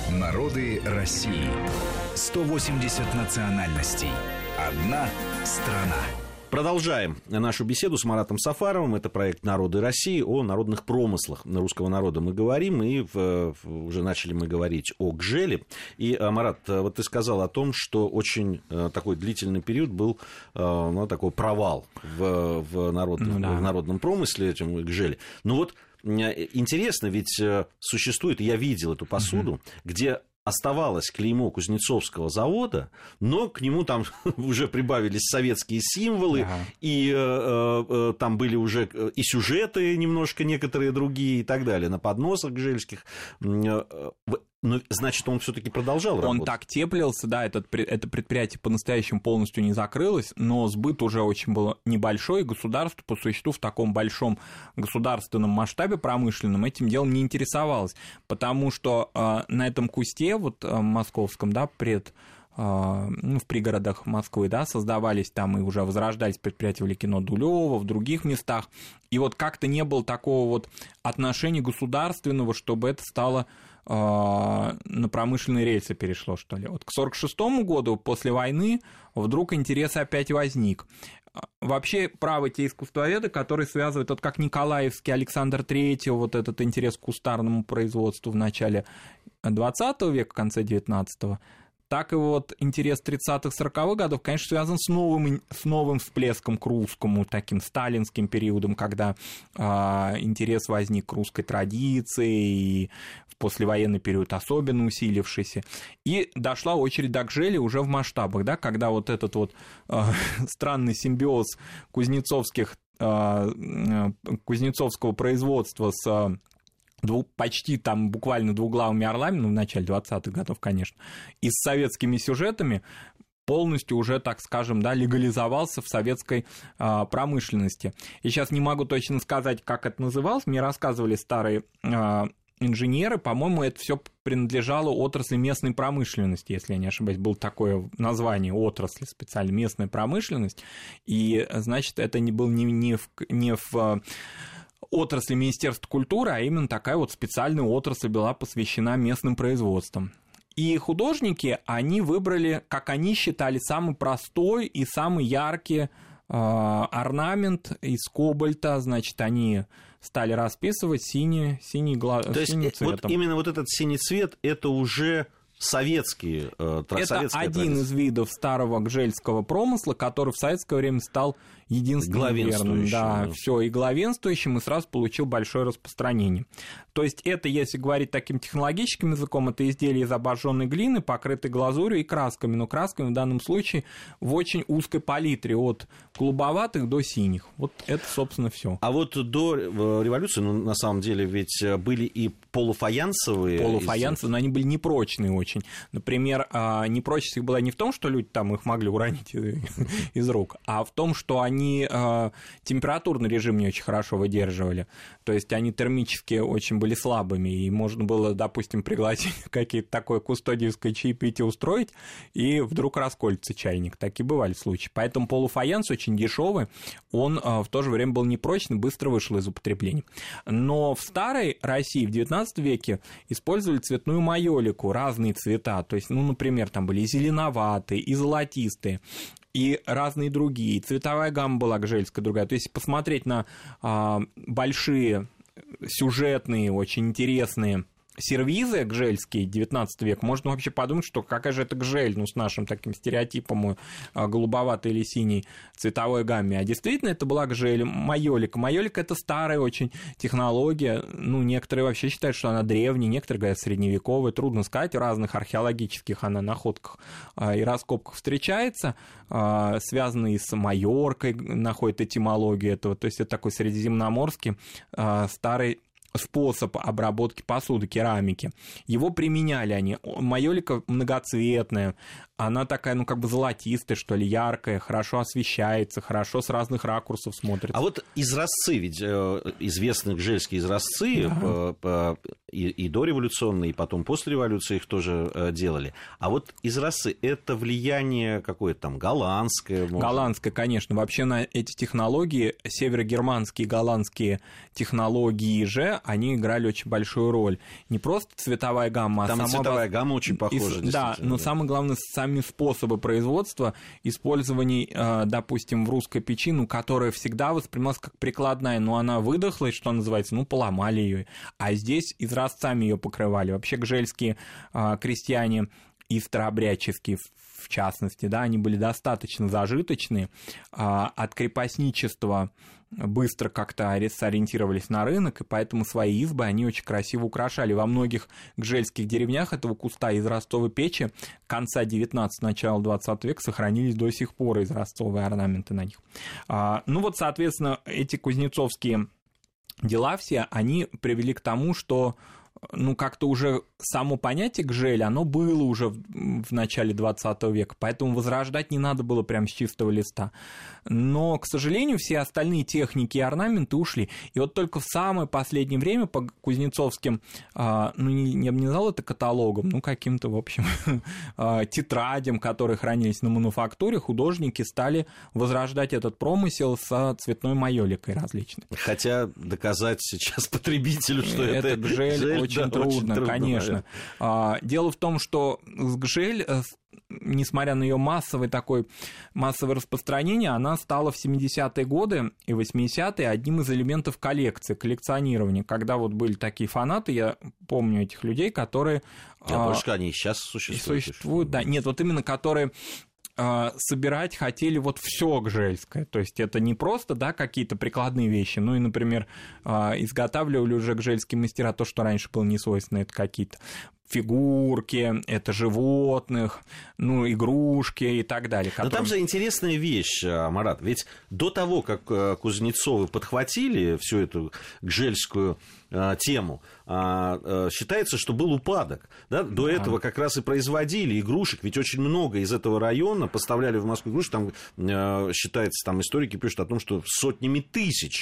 Народы России. 180 национальностей. Одна страна. Продолжаем нашу беседу с Маратом Сафаровым. Это проект «Народы России». О народных промыслах русского народа мы говорим. И уже начали мы говорить о Гжеле. И, Марат, вот ты сказал о том, что очень такой длительный период был такой провал в народном промысле, этим Гжеле. Ну вот интересно, ведь существует, я видел эту посуду, где оставалось клеймо Кузнецовского завода, но к нему там уже прибавились советские символы, и там были уже и сюжеты немножко некоторые другие и так далее, на подносах гжельских. Ну, значит, он все-таки продолжал работать. Он так теплился, да, это предприятие по-настоящему полностью не закрылось, но сбыт уже очень был небольшой, и государство, по существу, в таком большом государственном масштабе промышленном этим делом не интересовалось, потому что на этом кусте, вот московском, да, в пригородах Москвы, да, создавались там и уже возрождались предприятия Валикино Дулёва, в других местах, и вот как-то не было такого вот отношения государственного, чтобы это стало на промышленные рельсы перешло, что ли. Вот к 1946 году, после войны, вдруг интерес опять возник. Вообще, правы те искусствоведы, которые связывают, вот как Николаевский Александр III, вот этот интерес к кустарному производству в начале XX века, в конце XIX, так и вот интерес 30-40-х годов, конечно, связан с новым всплеском к русскому, таким сталинским периодом, когда интерес возник к русской традиции, и в послевоенный период особенно усилившийся. И дошла очередь до Гжели уже в масштабах, да, когда вот этот вот странный симбиоз кузнецовского производства с почти там буквально двуглавыми орлами, в начале 20-х годов, конечно, и с советскими сюжетами полностью уже, так скажем, да, легализовался в советской промышленности. И сейчас не могу точно сказать, как это называлось, мне рассказывали старые инженеры, по-моему, это все принадлежало отрасли местной промышленности, если я не ошибаюсь, было такое название отрасли, специально местная промышленность, и, значит, это был не в отрасли Министерства культуры, а именно такая вот специальная отрасль была посвящена местным производствам. И художники, они выбрали, как они считали, самый простой и самый яркий орнамент из кобальта, значит, они стали расписывать синим цветом. Вот именно вот этот синий цвет, это уже советские Это один из видов старого гжельского промысла, который в советское время стал единственным верным. Да, все, и главенствующим, и сразу получил большое распространение. То есть это, если говорить таким технологическим языком, это изделие из обожженной глины, покрытое глазурью и красками, но красками в данном случае в очень узкой палитре, от голубоватых до синих. Вот это, собственно, все. А вот до революции, на самом деле, ведь были и полуфаянсовые. Полуфаянсовые, но они были непрочные очень. Например, непрочность их была не в том, что люди там их могли уронить из рук, а в том, что они температурный режим не очень хорошо выдерживали. То есть они термически очень были слабыми, и можно было, допустим, пригласить какие-то такое кустодиевское чаепитие устроить, и вдруг расколется чайник. Такие бывали случаи. Поэтому полуфаянс очень дешевый, он в то же время был непрочный, быстро вышел из употребления. Но в старой России в XIX веке использовали цветную майолику, разные цвета. То есть, например, там были и зеленоватые, и золотистые, и разные другие. Цветовая гамма была гжельская другая. То есть, посмотреть на большие сюжетные, очень интересные сервизы гжельские, 19 век, можно вообще подумать, что какая же это Гжель, с нашим таким стереотипом голубоватой или синей цветовой гамме. А действительно это была Гжель, майолика. Майолика — это старая очень технология. Некоторые вообще считают, что она древняя, некоторые говорят средневековая. Трудно сказать, в разных археологических находках и раскопках встречается, связанные с Майоркой, находит этимологию этого. То есть это такой средиземноморский старый способ обработки посуды, керамики. Его применяли они. Майолика многоцветная, она такая, золотистая, что ли, яркая, хорошо освещается, хорошо с разных ракурсов смотрится. А вот изразцы, ведь известные гжельские изразцы, да, и дореволюционные, и потом после революции их тоже делали. А вот изразцы — это влияние какое-то там голландское? Голландское, конечно. Вообще на эти технологии, северогерманские, голландские технологии же, они играли очень большую роль. Не просто цветовая гамма, там а цветовая гамма очень похожа. Да, но самое главное, сами способы производства, использований, допустим, в русской печи, которая всегда воспринималась как прикладная, но она выдохлась, что называется, поломали ее. А здесь изразцами ее покрывали. Вообще гжельские крестьяне и старообрядческие, в частности, да, они были достаточно зажиточные, от крепостничества быстро как-то сориентировались на рынок, и поэтому свои избы они очень красиво украшали. Во многих гжельских деревнях этого куста из изразцовой печи конца 19-го, начала 20 века сохранились до сих пор изразцовые орнаменты на них. Соответственно, эти кузнецовские дела все, они привели к тому, что как-то уже само понятие гжель, оно было уже в начале 20 века, поэтому возрождать не надо было прям с чистого листа. Но, к сожалению, все остальные техники и орнаменты ушли. И вот только в самое последнее время по кузнецовским, я бы не назвал это каталогом, каким-то, в общем, тетрадям, которые хранились на мануфактуре, художники стали возрождать этот промысел со цветной майоликой различной. Хотя доказать сейчас потребителю, что это гжель, очень трудно, конечно. Дело в том, что гжель, несмотря на ее массовое распространение, она стала в 70-е годы и 80-е одним из элементов коллекции, коллекционирования. Когда были такие фанаты, я помню этих людей, которые... больше они и сейчас существуют. Да. Нет, именно которые... собирать хотели все гжельское, то есть это не просто, какие-то прикладные вещи, и, например, изготавливали уже гжельские мастера то, что раньше было не свойственно, это какие-то фигурки, это животных, игрушки и так далее. Но там же интересная вещь, Марат, ведь до того, как Кузнецовы подхватили всю эту гжельскую тему, считается, что был упадок. Да? До этого как раз и производили игрушек, ведь очень много из этого района поставляли в Москву игрушек, там считается, там историки пишут о том, что сотнями тысяч.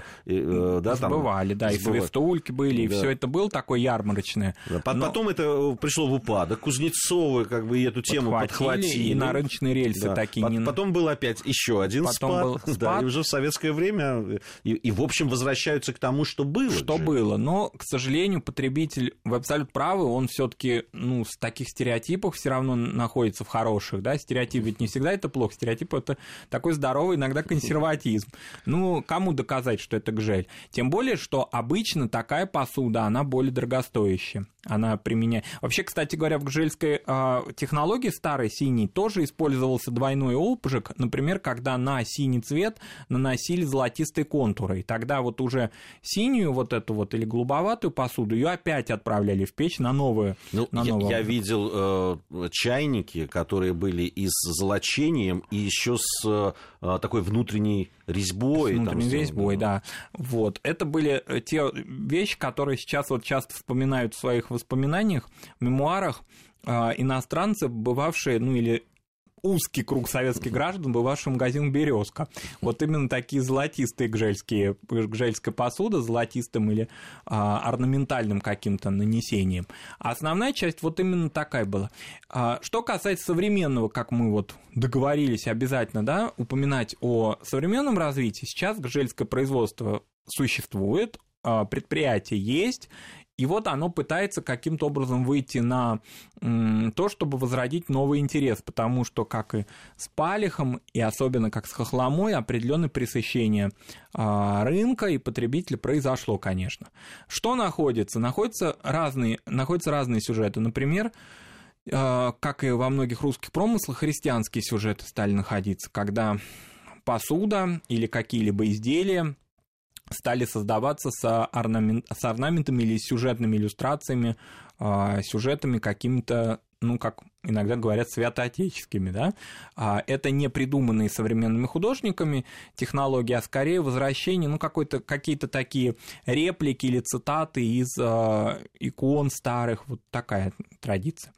Сбывали, и свистульки были, и все это было такое ярмарочное. Потом это пришло в упадок, Кузнецовы эту тему подхватили. И на рыночные рельсы такие. Потом был опять еще один спад. Да, и уже в советское время, и в общем возвращаются к тому, что было. Было, но, к сожалению, потребитель, вы абсолютно правы, он все-таки, с таких стереотипов все равно находится в хороших, да, стереотип ведь не всегда это плохо, стереотип это такой здоровый иногда консерватизм. Кому доказать, что это гжель? Тем более, что обычно такая посуда, она более дорогостоящая. Она применяет... Вообще, кстати говоря, в гжельской технологии старой синей тоже использовался двойной обжиг, например, когда на синий цвет наносили золотистые контуры, и тогда уже синюю эту или голубоватую посуду, ее опять отправляли в печь на новую. Я видел чайники, которые были и с золочением, и еще с такой внутренней резьбой. С внутренней резьбой, да. Это были те вещи, которые сейчас часто вспоминают в своих воспоминаниях, мемуарах иностранцы, бывавшие, или узкий круг советских граждан, бывавший магазин «Березка». Именно такие золотистые гжельская посуда, золотистым или орнаментальным каким-то нанесением. А основная часть именно такая была. Что касается современного, как мы договорились обязательно, упоминать о современном развитии, сейчас гжельское производство существует, предприятие есть, и оно пытается каким-то образом выйти на то, чтобы возродить новый интерес, потому что, как и с палихом, и особенно как с хохломой, определенное пресыщение рынка и потребителя произошло, конечно. Что находится? Находятся разные сюжеты. Например, как и во многих русских промыслах, христианские сюжеты стали находиться, когда посуда или какие-либо изделия стали создаваться с орнаментами или сюжетными иллюстрациями, сюжетами какими-то, как иногда говорят, святоотеческими, да? Это не придуманные современными художниками технологии, а скорее возвращение, какие-то такие реплики или цитаты из икон старых, такая традиция.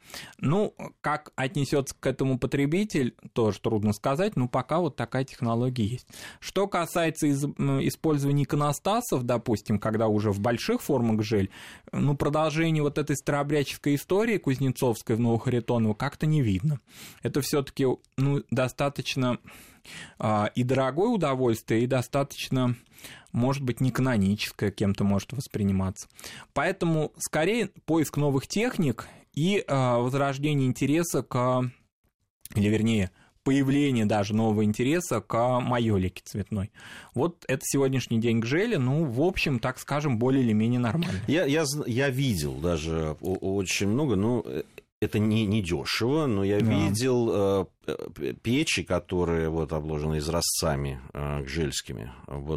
Как отнесется к этому потребитель, тоже трудно сказать, но пока такая технология есть. Что касается использования иконостасов, допустим, когда уже в больших формах гжель, продолжение этой старообрядческой истории кузнецовской в Новохаритоново подобного как-то не видно. Это все-таки достаточно и дорогое удовольствие, и достаточно, может быть, не каноническое кем-то может восприниматься. Поэтому скорее поиск новых техник и возрождение интереса или вернее, появление даже нового интереса к майолике цветной. Вот это сегодняшний день ГЖЭЛа, в общем, так скажем, более или менее нормально. Я видел даже очень много, это не дешево, но я видел печи, которые обложены изразцами гжельскими,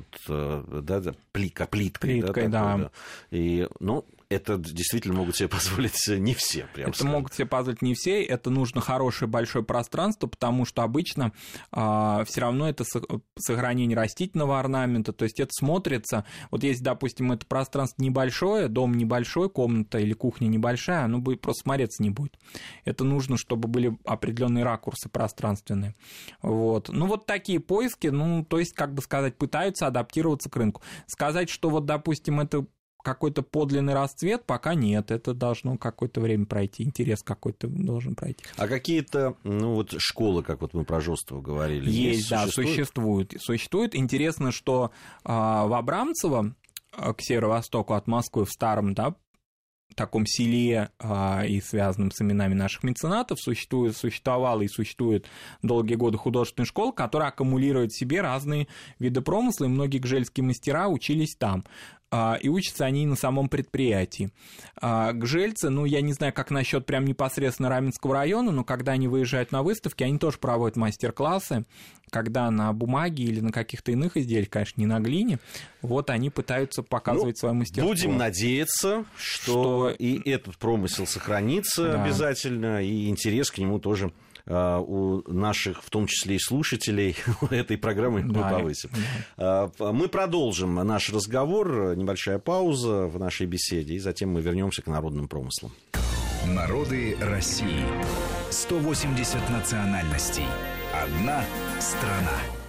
плиткой. Да. И, это действительно могут себе позволить не все. Могут себе позволить не все, это нужно хорошее большое пространство, потому что обычно все равно это сохранение растительного орнамента, то есть это смотрится, если, допустим, это пространство небольшое, дом небольшой, комната или кухня небольшая, оно будет просто смотреться не будет. Это нужно, чтобы были определенные ракурсы пространственные. Такие поиски, то есть, пытаются адаптироваться к рынку. Сказать, что допустим, это какой-то подлинный расцвет, пока нет. Это должно какое-то время пройти, интерес какой-то должен пройти. А какие-то, школы, как мы про Жостова говорили, есть, да, существует. Интересно, что в Абрамцево, к северо-востоку от Москвы, в старом, таком селе и связанном с именами наших меценатов, существовала и существует долгие годы художественная школа, которая аккумулирует в себе разные виды промысла, и многие гжельские мастера учились там. И учатся они на самом предприятии. Гжельцы, я не знаю, как насчет прям непосредственно Раменского района, но когда они выезжают на выставки, они тоже проводят мастер-классы, когда на бумаге или на каких-то иных изделиях, конечно, не на глине, они пытаются показывать свое мастерство. Будем надеяться, что и этот промысел сохранится обязательно, и интерес к нему тоже у наших, в том числе и слушателей этой программы, повысим. Мы продолжим наш разговор, небольшая пауза в нашей беседе, и затем мы вернемся к народным промыслам. Народы России. 180 национальностей. Одна страна.